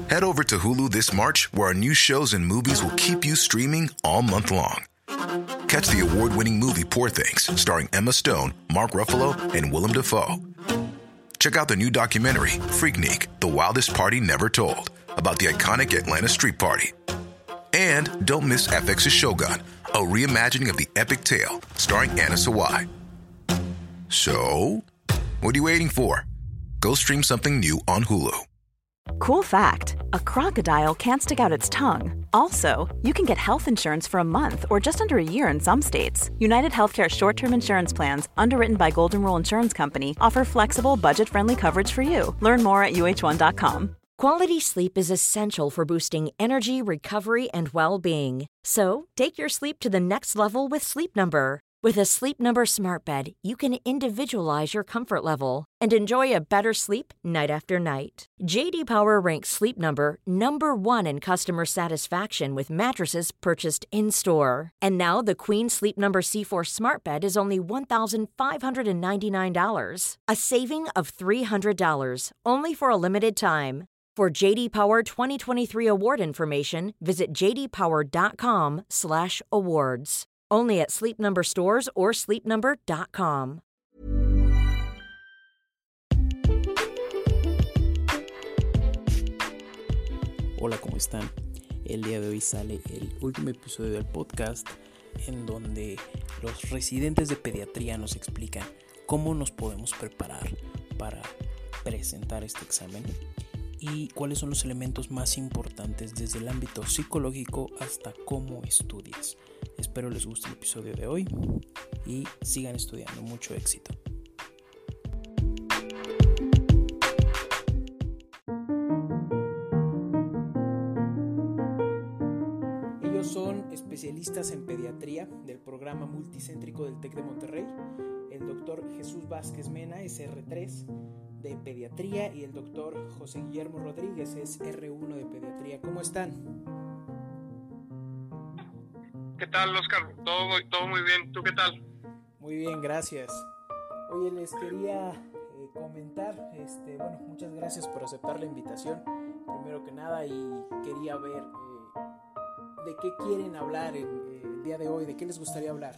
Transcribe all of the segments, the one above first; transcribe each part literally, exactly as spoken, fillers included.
Head over to Hulu this March, where our new shows and movies will keep you streaming all month long. Catch the award-winning movie Poor Things, starring Emma Stone, Mark Ruffalo, and Willem Dafoe. Check out the new documentary, Freaknik, The Wildest Party Never Told, about the iconic Atlanta Street Party. And don't miss F X's Shogun, a reimagining of the epic tale, starring Anna Sawai. So, what are you waiting for? Go stream something new on Hulu. Cool fact, a crocodile can't stick out its tongue. Also, you can get health insurance for a month or just under a year in some states. United Healthcare short-term insurance plans, underwritten by Golden Rule Insurance Company, offer flexible, budget-friendly coverage for you. Learn more at U H one dot com. Quality sleep is essential for boosting energy, recovery, and well-being. So, take your sleep to the next level with Sleep Number. With a Sleep Number smart bed, you can individualize your comfort level and enjoy a better sleep night after night. J D Power ranks Sleep Number number one in customer satisfaction with mattresses purchased in-store. And now the Queen Sleep Number C four smart bed is only one thousand five hundred ninety-nine dollars, a saving of three hundred dollars, only for a limited time. For J D Power twenty twenty-three award information, visit j d power dot com slash awards. Only at Sleep Number stores or sleep number dot com. Hola, ¿cómo están? El día de hoy sale el último episodio del podcast en donde los residentes de pediatría nos explican cómo nos podemos preparar para presentar este examen y cuáles son los elementos más importantes desde el ámbito psicológico hasta cómo estudias. Espero les guste el episodio de hoy y sigan estudiando. Mucho éxito. Ellos son especialistas en pediatría del programa multicéntrico del TEC de Monterrey. El doctor Jesús Vázquez Mena es erre tres de pediatría y el doctor José Guillermo Rodríguez es erre uno de pediatría. ¿Cómo están? ¿Qué tal, Oscar? Todo, todo muy bien. ¿Tú qué tal? Muy bien, gracias. Oye, les quería eh, comentar, este, bueno, muchas gracias por aceptar la invitación, primero que nada, y quería ver eh, de qué quieren hablar el, eh, el día de hoy, de qué les gustaría hablar.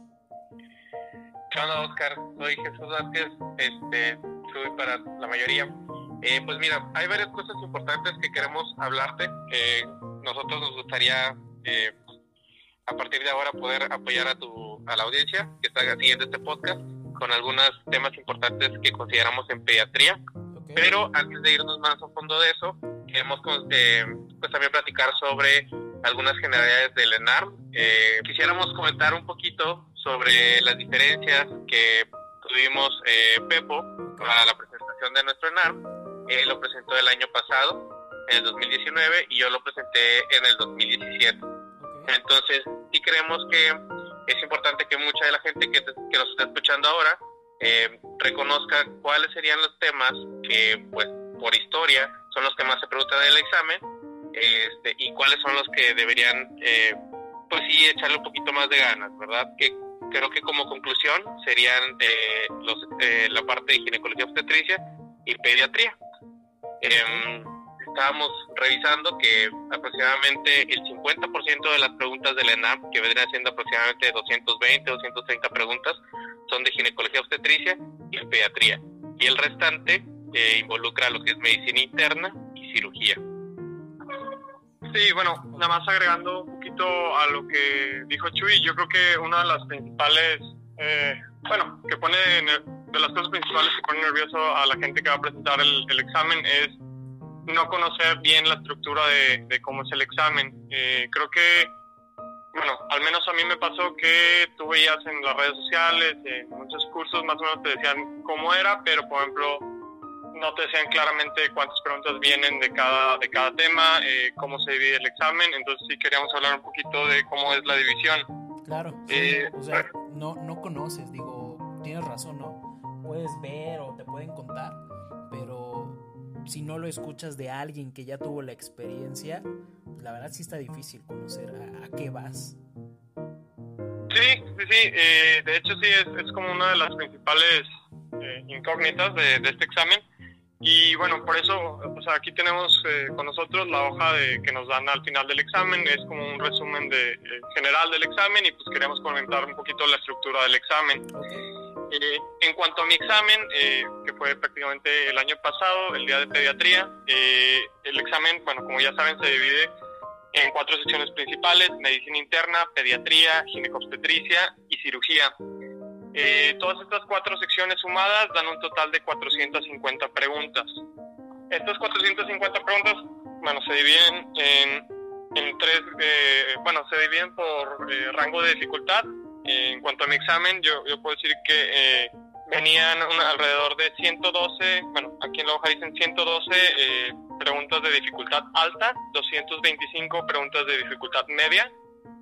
¿Qué onda, Oscar? Soy Jesús Vázquez, este, soy para la mayoría. Eh, pues mira, hay varias cosas importantes que queremos hablarte. Eh, nosotros nos gustaría... Eh, a partir de ahora poder apoyar a tu a la audiencia que está siguiendo este podcast con algunos temas importantes que consideramos en pediatría. Okay. Pero antes de irnos más a fondo de eso, queremos eh, pues también platicar sobre algunas generalidades del ENARM. Eh, quisiéramos comentar un poquito sobre las diferencias que tuvimos eh, Pepo para la presentación de nuestro ENARM. Él lo presentó el año pasado, en el dos mil diecinueve, y yo lo presenté en el dos mil diecisiete. Entonces, sí creemos que es importante que mucha de la gente que, te, que nos está escuchando ahora eh, reconozca cuáles serían los temas que, pues, por historia, son los que más se preguntan en el examen, este, y cuáles son los que deberían, eh, pues sí, echarle un poquito más de ganas, ¿verdad? Que creo que como conclusión serían eh, los, eh, la parte de ginecología obstetricia y pediatría. Eh, Estábamos revisando que aproximadamente el cincuenta por ciento de las preguntas del ENARM, que vendrían siendo aproximadamente doscientas veinte, doscientas treinta preguntas, son de ginecología obstetricia y pediatría. Y el restante eh, involucra lo que es medicina interna y cirugía. Sí, bueno, nada más agregando un poquito a lo que dijo Chuy, yo creo que una de las principales, eh, bueno, que pone, de las cosas principales que pone nervioso a la gente que va a presentar el, el examen es no conocer bien la estructura de, de cómo es el examen. Eh, creo que, bueno, al menos a mí me pasó que tú veías en las redes sociales, en muchos cursos más o menos te decían cómo era, pero por ejemplo no te decían claramente cuántas preguntas vienen de cada, de cada tema, eh, cómo se divide el examen. Entonces sí queríamos hablar un poquito de cómo es la división. Claro, sí, eh, o sea, no, no conoces, digo, tienes razón, ¿no? Puedes ver o te pueden contar, pero si no lo escuchas de alguien que ya tuvo la experiencia, la verdad sí está difícil conocer a, a qué vas. Sí, sí, sí. Eh, de hecho sí es, es como una de las principales eh, incógnitas de, de este examen. Y bueno, por eso, o sea, aquí tenemos eh, con nosotros la hoja de, que nos dan al final del examen, es como un resumen de, eh, general del examen, y pues queremos comentar un poquito la estructura del examen. Eh, en cuanto a mi examen, eh, que fue prácticamente el año pasado, el día de pediatría, eh, el examen, bueno, como ya saben, se divide en cuatro secciones principales: medicina interna, pediatría, ginecobstetricia y cirugía. Eh, todas estas cuatro secciones sumadas dan un total de cuatrocientas cincuenta preguntas. Estas cuatrocientas cincuenta preguntas, bueno, se dividen en, en tres, eh, bueno, se dividen por eh, rango de dificultad. Eh, en cuanto a mi examen, yo, yo puedo decir que eh, venían una, alrededor de ciento doce, bueno, aquí en la hoja dicen ciento doce eh, preguntas de dificultad alta, doscientas veinticinco preguntas de dificultad media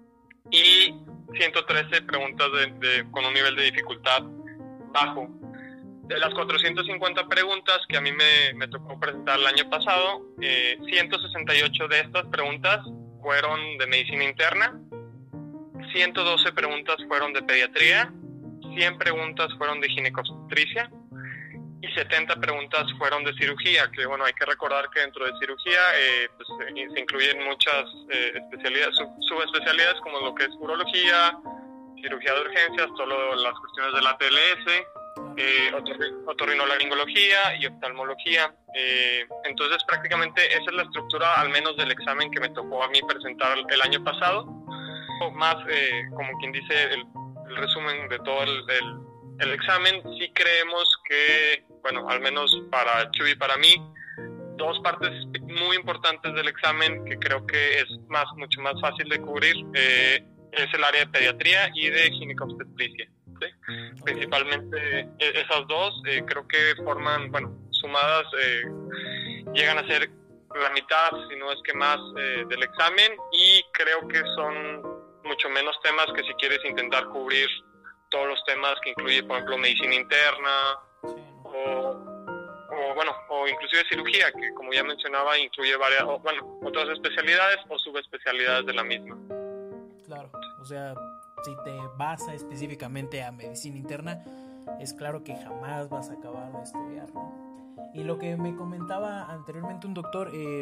y ciento trece preguntas de, de, con un nivel de dificultad bajo. De las cuatrocientas cincuenta preguntas que a mí me, me tocó presentar el año pasado, eh, ciento sesenta y ocho de estas preguntas fueron de medicina interna, ciento doce preguntas fueron de pediatría, cien preguntas fueron de ginecobstetricia y setenta preguntas fueron de cirugía, que bueno, hay que recordar que dentro de cirugía eh, pues, se incluyen muchas eh, especialidades, sub, subespecialidades como lo que es urología, cirugía de urgencias, todo las cuestiones de la T L S, eh, otorrinolaringología y oftalmología. Eh, entonces prácticamente esa es la estructura, al menos del examen que me tocó a mí presentar el año pasado, más eh, como quien dice el, el resumen de todo el, el El examen. Sí creemos que, bueno, al menos para Chuy y para mí, dos partes muy importantes del examen que creo que es más mucho más fácil de cubrir eh, es el área de pediatría y de ginecobstetricia, ¿sí? Okay. Principalmente esas dos eh, creo que forman, bueno, sumadas eh, llegan a ser la mitad, si no es que más, eh, del examen, y creo que son mucho menos temas que si quieres intentar cubrir todos los temas que incluye, por ejemplo, medicina interna, sí, no. o, o bueno, o inclusive cirugía, que como ya mencionaba incluye varias, o, bueno, otras especialidades o subespecialidades de la misma. Claro, o sea, si te vas a específicamente a medicina interna, es claro que jamás vas a acabar de estudiar, ¿no? Y lo que me comentaba anteriormente un doctor, eh,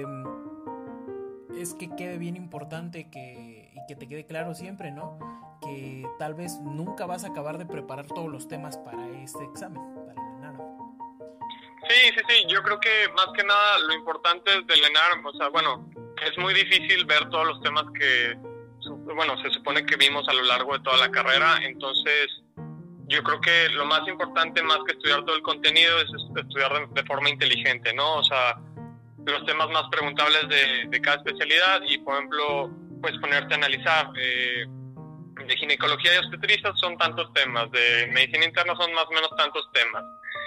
es que quede bien importante que, y que te quede claro siempre, ¿no? Que tal vez nunca vas a acabar de preparar todos los temas para este examen, para el ENARM. Sí, sí, sí, yo creo que más que nada lo importante del ENARM, o sea, bueno, es muy difícil ver todos los temas que, bueno, se supone que vimos a lo largo de toda la carrera, entonces yo creo que lo más importante, más que estudiar todo el contenido, es estudiar de, de forma inteligente, ¿no? O sea, los temas más preguntables de, de cada especialidad y, por ejemplo, pues ponerte a analizar. Eh, de ginecología y obstetricia son tantos temas, de medicina interna son más o menos tantos temas.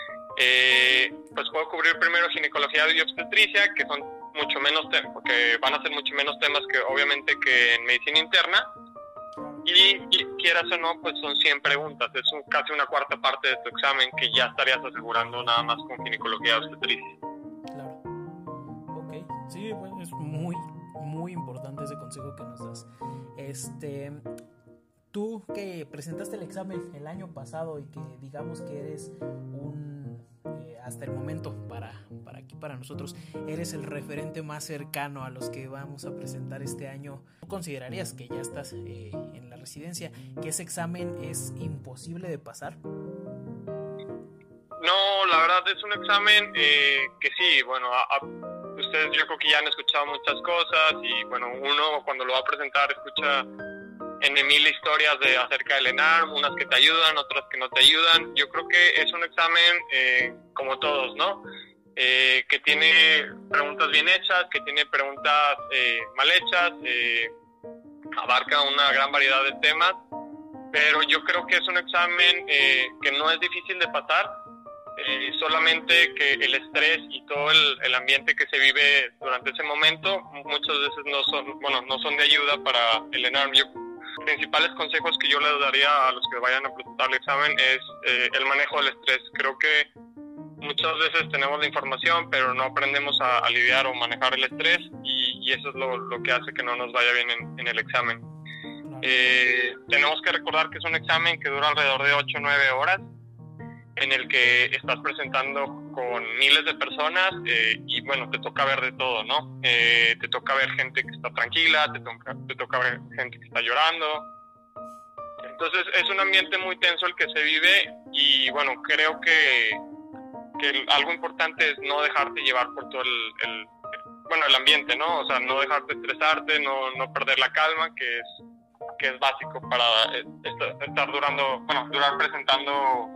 Eh, pues puedo cubrir primero ginecología y obstetricia, que son mucho menos temas, porque van a ser mucho menos temas que obviamente que en medicina interna. Y, y quieras o no, pues son cien preguntas, es un, casi una cuarta parte de tu examen que ya estarías asegurando nada más con ginecología y obstetricia. Claro. Ok, sí, bueno, es muy, muy importante ese consejo que nos das. Este... Tú que presentaste el examen el año pasado y que digamos que eres un, eh, hasta el momento, para, para aquí, para nosotros, eres el referente más cercano a los que vamos a presentar este año, ¿tú considerarías que ya estás eh, en la residencia, que ese examen es imposible de pasar? No, la verdad es un examen eh, que sí, bueno, a, a, ustedes yo creo que ya han escuchado muchas cosas y bueno, uno cuando lo va a presentar escucha en mil historias de acerca del ENARM, unas que te ayudan, otras que no te ayudan. Yo creo que es un examen eh, como todos, ¿no? Eh, que tiene preguntas bien hechas, que tiene preguntas eh, mal hechas, eh, abarca una gran variedad de temas, pero yo creo que es un examen eh, que no es difícil de pasar, eh, solamente que el estrés y todo el, el ambiente que se vive durante ese momento muchas veces no son, bueno, no son de ayuda para el ENARM. Yo, principales consejos que yo les daría a los que vayan a presentar el examen es eh, el manejo del estrés. Creo que muchas veces tenemos la información, pero no aprendemos a, a lidiar o manejar el estrés y, y eso es lo, lo que hace que no nos vaya bien en, en el examen. Eh, tenemos que recordar que es un examen que dura alrededor de ocho o nueve horas, en el que estás presentando con miles de personas eh, y bueno, te toca ver de todo, ¿no? Eh, te toca ver gente que está tranquila, te toca, te toca ver gente que está llorando. Entonces es un ambiente muy tenso el que se vive y bueno, creo que, que algo importante es no dejarte llevar por todo el, el, bueno, el ambiente, ¿no? O sea, no dejarte estresarte, no, no perder la calma, que es, que es básico para estar durando, bueno, durar presentando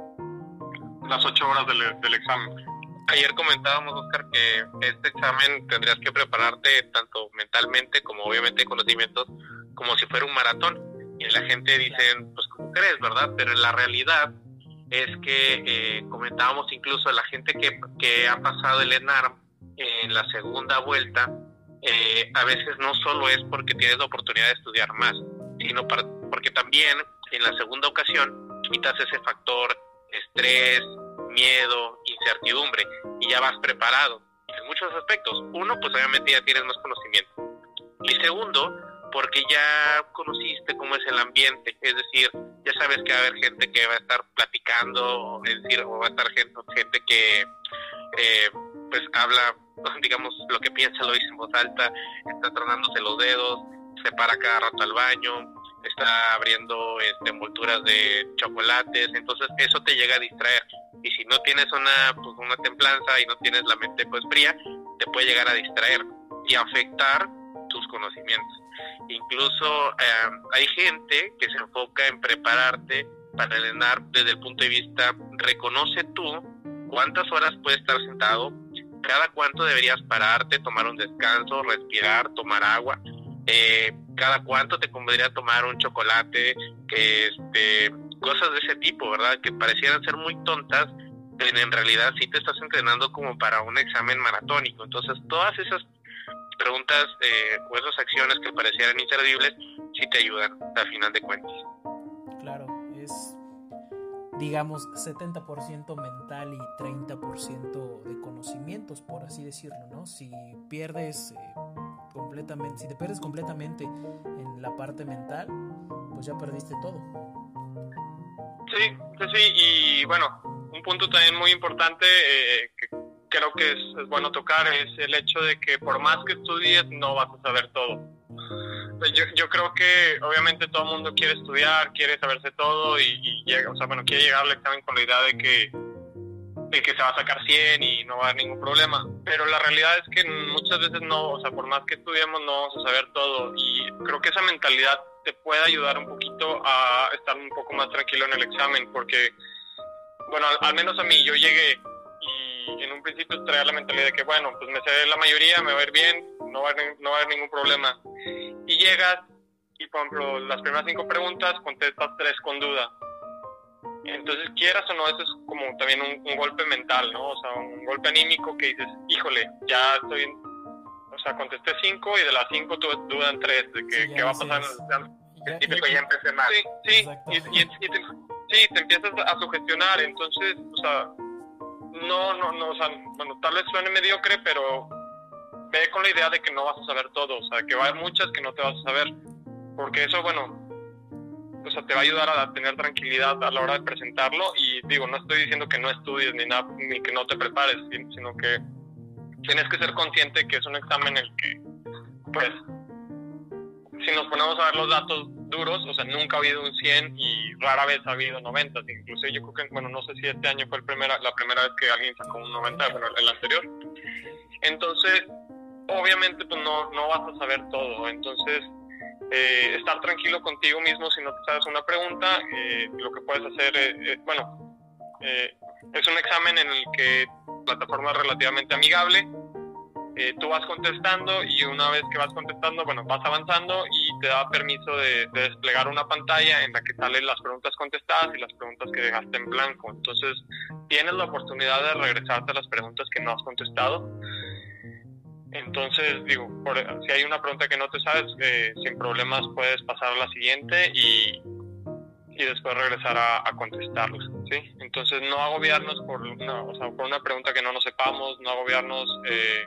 las ocho horas del, del examen. Ayer comentábamos, Oscar, que este examen tendrías que prepararte tanto mentalmente como obviamente conocimientos, como si fuera un maratón. Y la gente dice, pues ¿cómo crees, verdad? Pero la realidad es que eh, comentábamos incluso la gente que, que ha pasado el ENARM en la segunda vuelta, eh, a veces no solo es porque tienes la oportunidad de estudiar más, sino para, porque también en la segunda ocasión quitas ese factor estrés, miedo, incertidumbre y ya vas preparado en muchos aspectos. Uno, pues obviamente ya tienes más conocimiento. Y segundo, porque ya conociste cómo es el ambiente, es decir, ya sabes que va a haber gente que va a estar platicando, es decir, o va a estar gente, gente que eh, pues habla, digamos, lo que piensa lo dice en voz alta, está tronándose los dedos, se para cada rato al baño, está abriendo este, envolturas de chocolates, entonces eso te llega a distraer. Y si no tienes una, pues, una templanza y no tienes la mente pues fría, te puede llegar a distraer y afectar tus conocimientos. Incluso eh, hay gente que se enfoca en prepararte para el ENARM desde el punto de vista, reconoce tú cuántas horas puedes estar sentado, cada cuánto deberías pararte, tomar un descanso, respirar, tomar agua, eh, cada cuánto te convendría tomar un chocolate, que este, cosas de ese tipo, ¿verdad? Que parecieran ser muy tontas, pero en realidad sí te estás entrenando como para un examen maratónico. Entonces todas esas preguntas eh, o esas acciones que parecieran inservibles sí te ayudan al final de cuentas. Claro, es digamos setenta por ciento mental y treinta por ciento de conocimientos, por así decirlo, ¿no? Si pierdes eh, completamente, si te pierdes completamente en la parte mental, pues ya perdiste todo. Sí, sí, sí, y bueno, un punto también muy importante eh, que creo que es, es bueno tocar es el hecho de que por más que estudies no vas a saber todo. Yo, yo creo que obviamente todo el mundo quiere estudiar, quiere saberse todo y, y llega, o sea, bueno, quiere llegar al examen con la idea de que de que se va a sacar cien y no va a haber ningún problema, pero la realidad es que muchas veces no, o sea, por más que estudiemos no vamos a saber todo y creo que esa mentalidad te puede ayudar un poquito a estar un poco más tranquilo en el examen, porque bueno, al, al menos a mí, yo llegué y en un principio traía la mentalidad de que bueno, pues me sé la mayoría, me va a ir bien, no va a haber, no va a haber ningún problema, y llegas y por ejemplo las primeras cinco preguntas contestas tres con duda. Entonces, quieras o no, eso es como también un, un golpe mental, ¿no? O sea, un golpe anímico que dices, híjole, ya estoy, o sea, contesté cinco y de las cinco tuve duda en tres, de que, sí, ¿qué va a pasar en el examen? Ya, típico, ya, ya empecé mal. Sí, sí, y, y, y te, sí, te empiezas a sugestionar, entonces, o sea, no, no, no, o sea, bueno, tal vez suene mediocre, pero ve con la idea de que no vas a saber todo, o sea, que va a haber muchas que no te vas a saber, porque eso, bueno, o sea, te va a ayudar a tener tranquilidad a la hora de presentarlo. Y digo, no estoy diciendo que no estudies ni nada, ni que no te prepares, sino que tienes que ser consciente que es un examen en el que, pues, si nos ponemos a ver los datos duros, o sea, nunca ha habido un cien y rara vez ha habido noventa. Incluso yo creo que, bueno, no sé si este año fue el primera, la primera vez que alguien sacó un noventa, pero el anterior. Entonces, obviamente, pues no, no vas a saber todo. Entonces, Eh, estar tranquilo contigo mismo si no te sabes una pregunta, eh, lo que puedes hacer, eh, eh, bueno, eh, es un examen en el que la plataforma es relativamente amigable, eh, tú vas contestando y una vez que vas contestando, bueno, vas avanzando y te da permiso de, de desplegar una pantalla en la que salen las preguntas contestadas y las preguntas que dejaste en blanco. Entonces, tienes la oportunidad de regresarte a las preguntas que no has contestado. Entonces, digo, por, si hay una pregunta que no te sabes, eh, sin problemas puedes pasar a la siguiente y, y después regresar a, a contestarlos, ¿sí? Entonces, no agobiarnos por una, o sea, por una pregunta que no nos sepamos, no agobiarnos, eh,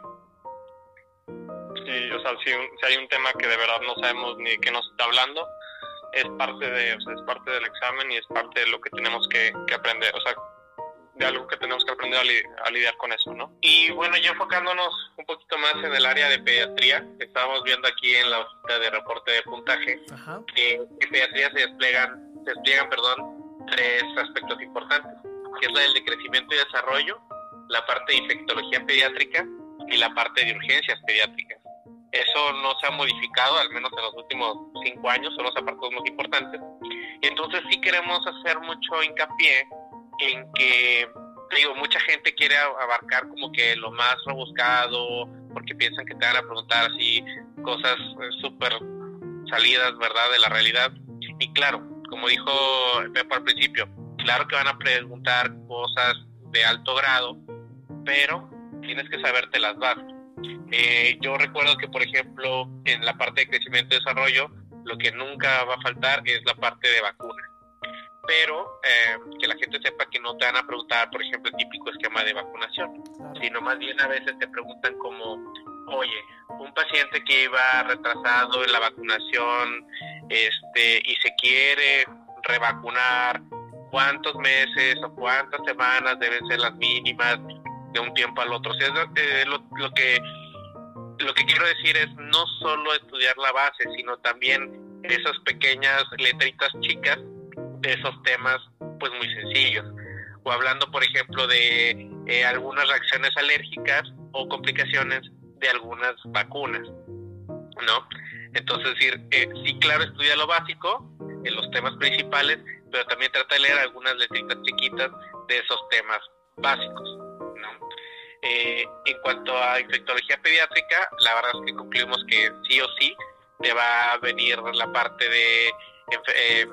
si, o sea, si, un, si hay un tema que de verdad no sabemos ni qué nos está hablando, es parte de, o sea, es parte del examen y es parte de lo que tenemos que, que aprender. O sea, de algo que tenemos que aprender a, li- a lidiar con eso, ¿no? Y bueno, ya enfocándonos un poquito más en el área de pediatría, estábamos viendo aquí en la hojita de reporte de puntaje Ajá. que en pediatría se despliegan, se despliegan, perdón, tres aspectos importantes, que es la del de crecimiento y desarrollo, la parte de infectología pediátrica y la parte de urgencias pediátricas. Eso no se ha modificado, al menos en los últimos cinco años, son los apartados más importantes. Y entonces sí queremos hacer mucho hincapié en que, digo, mucha gente quiere abarcar como que lo más rebuscado, porque piensan que te van a preguntar así cosas eh, súper salidas, ¿verdad?, de la realidad. Y claro, como dijo Pepe al principio, claro que van a preguntar cosas de alto grado, pero tienes que saberte las bases. Eh, yo recuerdo que, por ejemplo, en la parte de crecimiento y desarrollo, lo que nunca va a faltar es la parte de vacunas. Pero eh, que la gente sepa que no te van a preguntar, por ejemplo, el típico esquema de vacunación, claro, sino más bien a veces te preguntan como, oye, un paciente que iba retrasado en la vacunación este, y se quiere revacunar, ¿cuántos meses o cuántas semanas deben ser las mínimas de un tiempo al otro? O sea, eh, lo, lo que lo que quiero decir es no solo estudiar la base, sino también esas pequeñas letritas chicas de esos temas pues muy sencillos, o hablando por ejemplo de eh, algunas reacciones alérgicas o complicaciones de algunas vacunas, ¿no? Entonces decir, eh, sí, claro, estudia lo básico en los temas principales, pero también trata de leer algunas letritas chiquitas de esos temas básicos, ¿no? Eh, en cuanto a infectología pediátrica, la verdad es que concluimos que sí o sí te va a venir la parte de eh,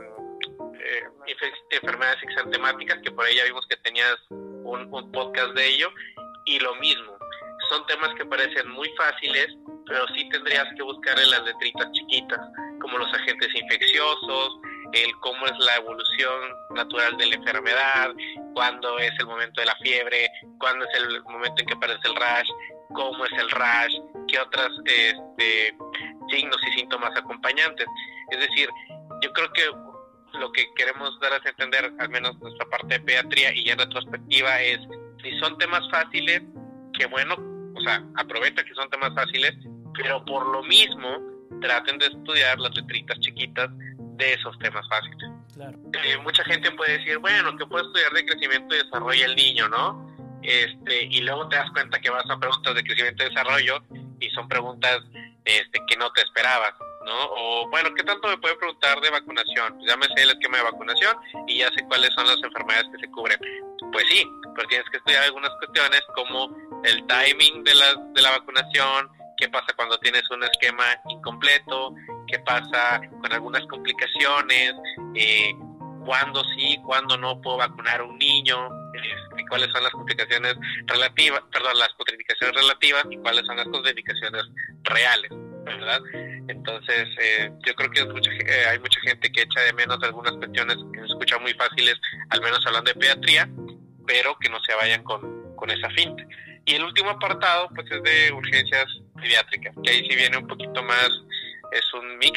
eh, enfermedades exantemáticas, que por ahí ya vimos que tenías un, un podcast de ello, y lo mismo, son temas que parecen muy fáciles, pero sí tendrías que buscar en las letritas chiquitas, como los agentes infecciosos, el cómo es la evolución natural de la enfermedad, cuándo es el momento de la fiebre, cuándo es el momento en que aparece el rash, cómo es el rash, qué otros este, signos y síntomas acompañantes. Es decir, yo creo que lo que queremos dar a entender, al menos nuestra parte de pediatría y ya en retrospectiva, es si son temas fáciles, que bueno, o sea, aprovecha que son temas fáciles, pero por lo mismo traten de estudiar las letritas chiquitas de esos temas fáciles. Claro. Eh, mucha gente puede decir, bueno, que puedo estudiar de crecimiento y desarrollo el niño, ¿no? Este, y luego te das cuenta que vas a preguntas de crecimiento y desarrollo y son preguntas este, que no te esperabas, ¿no? O bueno, ¿qué tanto me puede preguntar de vacunación? Pues ya me sé el esquema de vacunación y ya sé cuáles son las enfermedades que se cubren. Pues sí, pero tienes que estudiar algunas cuestiones como el timing de la, de la vacunación, qué pasa cuando tienes un esquema incompleto, qué pasa con algunas complicaciones, eh, cuándo sí, cuándo no puedo vacunar a un niño, eh, cuáles son las complicaciones relativas, perdón, las contraindicaciones relativas y cuáles son las contraindicaciones reales, ¿verdad? Entonces, eh, yo creo que es mucha, eh, hay mucha gente que echa de menos algunas cuestiones que se escuchan muy fáciles, al menos hablando de pediatría, pero que no se vayan con, con esa finta. Y el último apartado, pues, es de urgencias pediátricas, que ahí sí viene un poquito más, es un mix,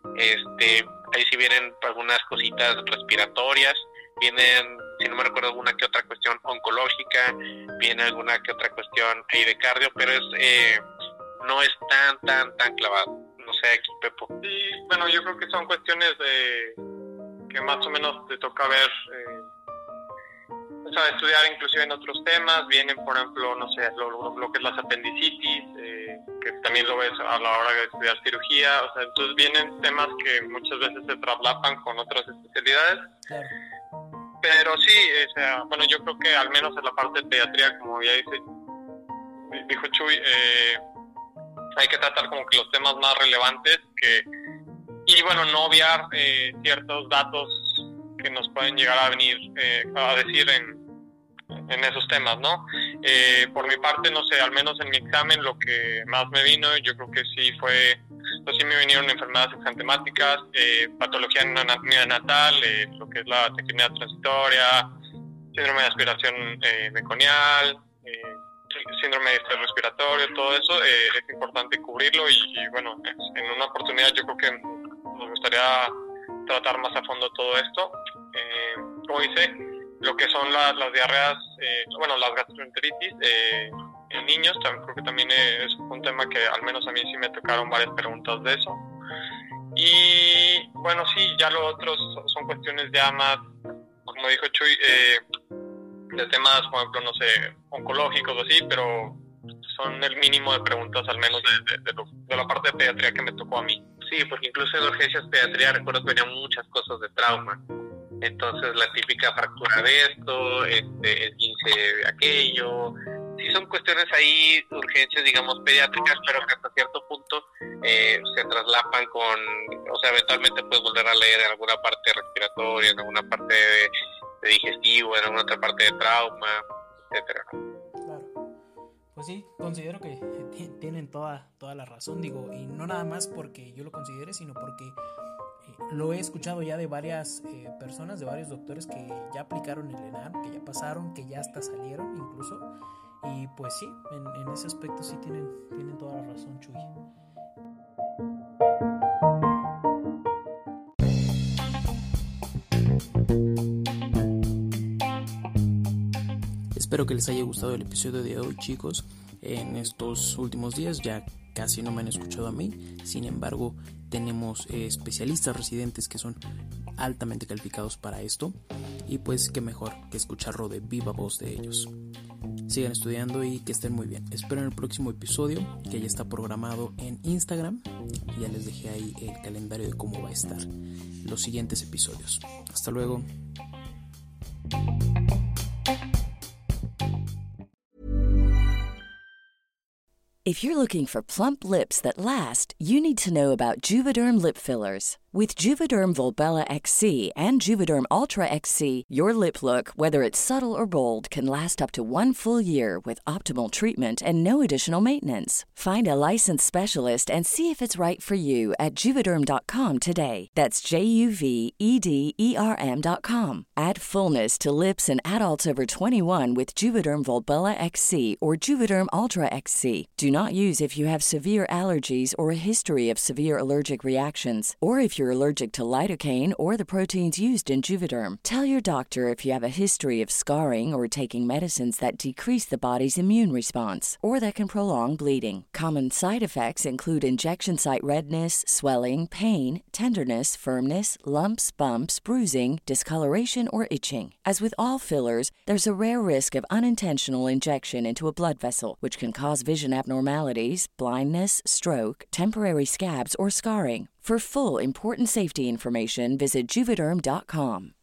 este, ahí sí vienen algunas cositas respiratorias, vienen, si no me recuerdo, alguna que otra cuestión oncológica, viene alguna que otra cuestión ahí de cardio, pero es, eh, no es tan, tan, tan clavado. No sé, aquí, Pepo. Sí, bueno, yo creo que son cuestiones de, que más o menos te toca ver, eh, o sea, estudiar inclusive en otros temas. Vienen, por ejemplo, no sé, lo, lo que es las apendicitis, eh, que también lo ves a la hora de estudiar cirugía. O sea, entonces vienen temas que muchas veces se traslapan con otras especialidades. Claro. Pero sí, o sea, bueno, yo creo que al menos en la parte de pediatría, como ya dice, dijo Chuy, eh, hay que tratar como que los temas más relevantes que, y bueno, no obviar eh, ciertos datos que nos pueden llegar a venir eh, a decir en, en esos temas, ¿no? Eh, por mi parte, no sé, al menos en mi examen lo que más me vino, yo creo que sí fue, pues sí me vinieron enfermedades exantemáticas, eh, patología neonatal, eh, lo que es la tachycardia transitoria, síndrome de aspiración eh, meconial, eh, síndrome de estrés respiratorio, todo eso eh, es importante cubrirlo y, y bueno, en una oportunidad yo creo que nos gustaría tratar más a fondo todo esto. Eh, como dice, lo que son la, las diarreas, eh, bueno, las gastroenteritis eh, en niños, también, creo que también es un tema que al menos a mí sí me tocaron varias preguntas de eso. Y bueno, sí, ya lo otros son cuestiones ya más, como dijo Chuy, eh, de temas, por ejemplo, no sé, oncológicos o así, pero son el mínimo de preguntas, al menos de, de, de, lo, de la parte de pediatría que me tocó a mí. Sí, porque incluso en urgencias pediatría recuerdo que venían muchas cosas de trauma. Entonces, la típica fractura de esto, este, esguince de aquello. Sí, son cuestiones ahí, urgencias, digamos, pediátricas, pero que hasta cierto punto eh, se traslapan con, o sea, eventualmente puedes volver a leer en alguna parte respiratoria, en alguna parte de, de digestivo, en alguna otra parte de trauma, etcétera. Claro. Pues sí, considero que t- tienen toda, toda la razón, digo, y no nada más porque yo lo considere, sino porque eh, lo he escuchado ya de varias eh, personas, de varios doctores que ya aplicaron el ENARM, que ya pasaron, que ya hasta salieron incluso. Y pues sí, en, en ese aspecto sí tienen, tienen toda la razón, Chuy. Espero que les haya gustado el episodio de hoy, chicos. En estos últimos días ya casi no me han escuchado a mí. Sin embargo, tenemos eh, especialistas residentes que son altamente calificados para esto. Y pues qué mejor que escucharlo de viva voz de ellos. Sigan estudiando y que estén muy bien. Espero en el próximo episodio, que ya está programado en Instagram. Ya les dejé ahí el calendario de cómo va a estar los siguientes episodios. Hasta luego. If you're looking for plump lips that last, you need to know about Juvederm lip fillers. With Juvederm Volbella X C and Juvederm Ultra X C, your lip look, whether it's subtle or bold, can last up to one full year with optimal treatment and no additional maintenance. Find a licensed specialist and see if it's right for you at Juvederm dot com today. That's J U V E D E R M dot com. Add fullness to lips in adults over twenty-one with Juvederm Volbella X C or Juvederm Ultra X C. Do not use if you have severe allergies or a history of severe allergic reactions, or if you're allergic to lidocaine or the proteins used in Juvederm. Tell your doctor if you have a history of scarring or taking medicines that decrease the body's immune response or that can prolong bleeding. Common side effects include injection site redness, swelling, pain, tenderness, firmness, lumps, bumps, bruising, discoloration, or itching. As with all fillers, there's a rare risk of unintentional injection into a blood vessel, which can cause vision abnormalities, blindness, stroke, temporary scabs, or scarring. For full important safety information, visit Juvederm dot com.